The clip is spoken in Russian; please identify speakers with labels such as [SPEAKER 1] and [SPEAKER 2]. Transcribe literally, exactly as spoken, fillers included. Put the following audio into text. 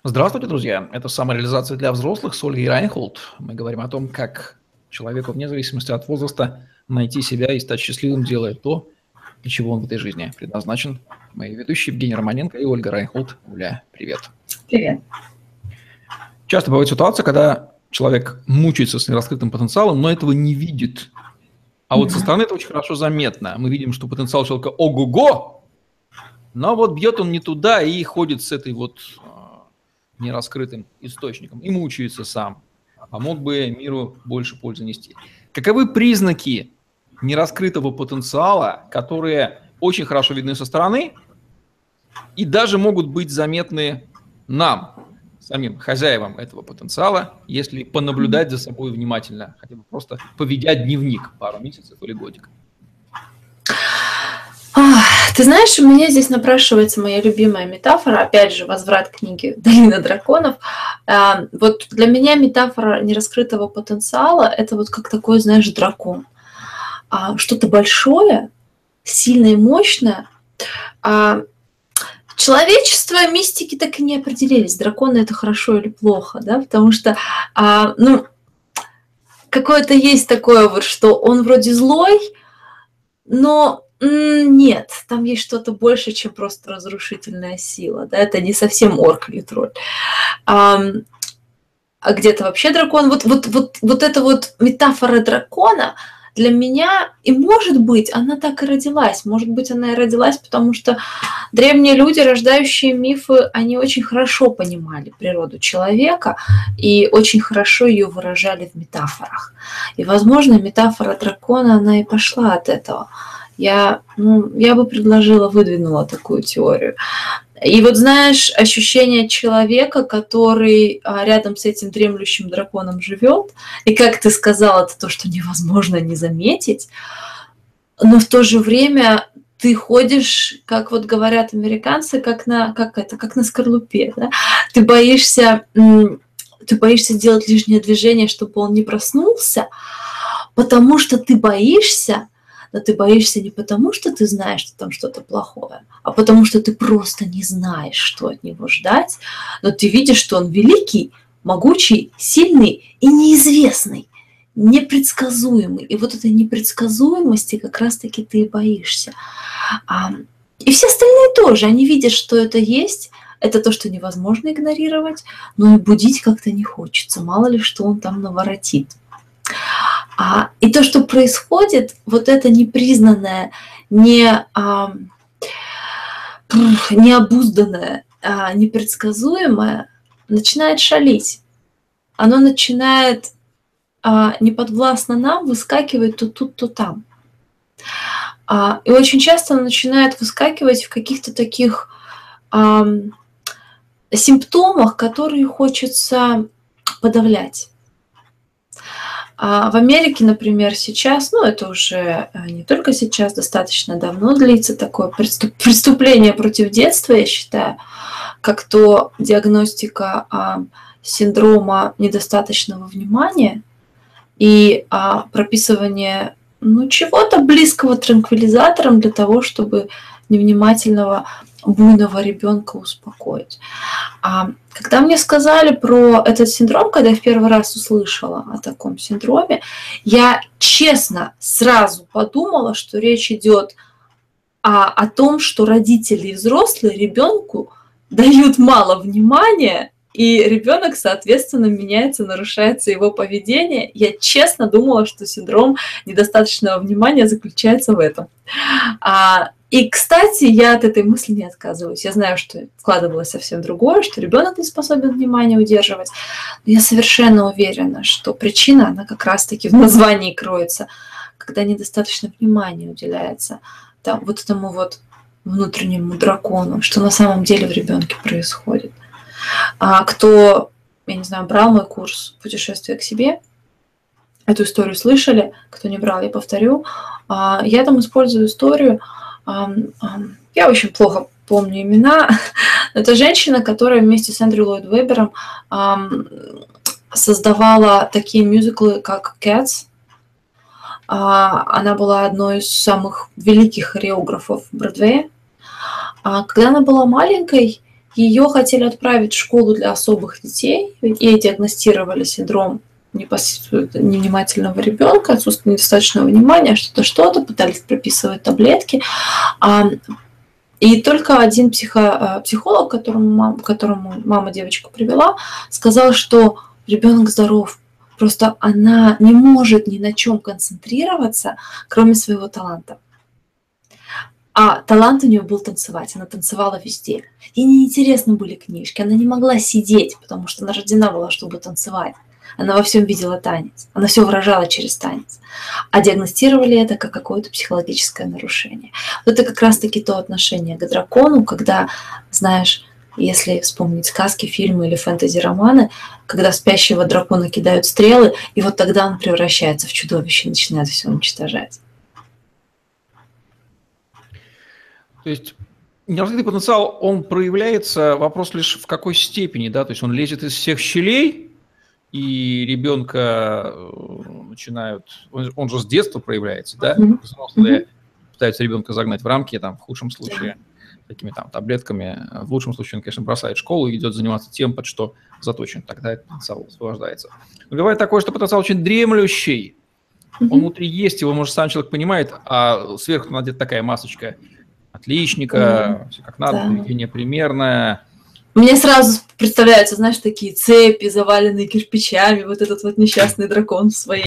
[SPEAKER 1] Здравствуйте, друзья! Это «Самореализация для взрослых» с Ольгой Райнхолд. Мы говорим о том, как человеку, вне зависимости от возраста, найти себя и стать счастливым, делая то, для чего он в этой жизни предназначен. Мои ведущие Евгений Романенко и Ольга Райнхолд. Оля, привет.
[SPEAKER 2] Привет.
[SPEAKER 1] Часто бывает ситуация, когда человек мучается с нераскрытым потенциалом, но этого не видит. А вот со стороны это очень хорошо заметно. Мы видим, что потенциал человека ого-го, но вот бьет он не туда и ходит с этой вот нераскрытым источником и мучается сам, а мог бы миру больше пользы нести. Каковы признаки нераскрытого потенциала, которые очень хорошо видны со стороны и даже могут быть заметны нам, самим хозяевам этого потенциала, если понаблюдать за собой внимательно, хотя бы просто поведя дневник пару месяцев или годик?
[SPEAKER 2] Ты знаешь, у меня здесь напрашивается моя любимая метафора, опять же, возврат к книге «Долина драконов». Вот для меня метафора нераскрытого потенциала – это вот как такой, знаешь, дракон. Что-то большое, сильное и мощное. Человечество, мистики так и не определились, драконы – это хорошо или плохо, да, потому что, ну, какое-то есть такое вот, что он вроде злой, но нет, там есть что-то больше, чем просто разрушительная сила. Да? Это не совсем орк или тролль. А, а где-то вообще дракон. Вот, вот, вот, вот эта вот метафора дракона для меня, и может быть, она так и родилась. Может быть, она и родилась, потому что древние люди, рождающие мифы, они очень хорошо понимали природу человека и очень хорошо ее выражали в метафорах. И, возможно, метафора дракона, она и пошла от этого. Я, ну, я бы предложила, выдвинула такую теорию. И вот, знаешь, ощущение человека, который рядом с этим дремлющим драконом живет, и, как ты сказала, это то, что невозможно не заметить, но в то же время ты ходишь, как вот говорят американцы, как на, как это, как на скорлупе. Да? Ты боишься, ты боишься делать лишнее движение, чтобы он не проснулся, потому что ты боишься. Но ты боишься не потому, что ты знаешь, что там что-то плохое, а потому что ты просто не знаешь, что от него ждать. Но ты видишь, что он великий, могучий, сильный и неизвестный, непредсказуемый. И вот этой непредсказуемости как раз-таки ты и боишься. И все остальные тоже, они видят, что это есть. Это то, что невозможно игнорировать, но и будить как-то не хочется. Мало ли, что он там наворотит. А, и то, что происходит, вот это непризнанное, не, а, необузданное, а, непредсказуемое начинает шалить. Оно начинает а, неподвластно нам выскакивать то тут, то там. А, и очень часто оно начинает выскакивать в каких-то таких а, симптомах, которые хочется подавлять. А в Америке, например, сейчас, ну это уже не только сейчас, достаточно давно длится такое преступление против детства, я считаю, как то диагностика а, синдрома недостаточного внимания и а, прописывание ну, чего-то близкого транквилизатором для того, чтобы невнимательного буйного ребенка успокоить. А когда мне сказали про этот синдром, когда я в первый раз услышала о таком синдроме, я честно сразу подумала, что речь идет о, о том, что родители и взрослые ребенку дают мало внимания, и ребенок, соответственно, меняется, нарушается его поведение. Я честно думала, что синдром недостаточного внимания заключается в этом. А, и, кстати, я от этой мысли не отказываюсь. Я знаю, что складывалось совсем другое, что ребенок не способен внимание удерживать. Но я совершенно уверена, что причина, она как раз-таки в названии кроется, когда недостаточно внимания уделяется там, вот этому вот внутреннему дракону, что на самом деле в ребенке происходит. А кто, я не знаю, брал мой курс «Путешествие к себе», эту историю слышали, кто не брал, я повторю. Я там использую историю, я очень плохо помню имена, но это женщина, которая вместе с Эндрю Ллойд Вебером создавала такие мюзиклы, как «Cats». Она была одной из самых великих хореографов Бродвея. Когда она была маленькой, ее хотели отправить в школу для особых детей, ей диагностировали синдром невнимательного ребенка, отсутствие недостаточного внимания, что-то, что-то, пытались прописывать таблетки. И только один психо, психолог, которому, мам, которому мама девочку привела, сказал, что ребенок здоров, просто она не может ни на чем концентрироваться, кроме своего таланта. А талант у нее был танцевать, она танцевала везде. Ей неинтересны были книжки, она не могла сидеть, потому что она рождена была, чтобы танцевать. Она во всем видела танец, она все выражала через танец. А диагностировали это как какое-то психологическое нарушение. Вот это как раз-таки то отношение к дракону, когда, знаешь, если вспомнить сказки, фильмы или фэнтези-романы, когда спящего дракона кидают стрелы, и вот тогда он превращается в чудовище и начинает все уничтожать.
[SPEAKER 1] То есть нераскрытый потенциал, он проявляется, вопрос лишь в какой степени, да, то есть он лезет из всех щелей, и ребенка начинают, он, он же с детства проявляется, да,
[SPEAKER 2] Mm-hmm.
[SPEAKER 1] взрослые
[SPEAKER 2] Mm-hmm.
[SPEAKER 1] пытаются ребенка загнать в рамки, там, в худшем случае, такими там таблетками, в лучшем случае он, конечно, бросает школу и идет заниматься тем, под что заточен, тогда этот потенциал освобождается. Но бывает такое, что потенциал очень дремлющий, mm-hmm. он внутри есть, его, может, сам человек понимает, а сверху надета такая масочка отличника, mm-hmm. все как надо, yeah. поведение примерное.
[SPEAKER 2] Мне сразу представляются, знаешь, такие цепи, заваленные кирпичами, вот этот вот несчастный дракон в своей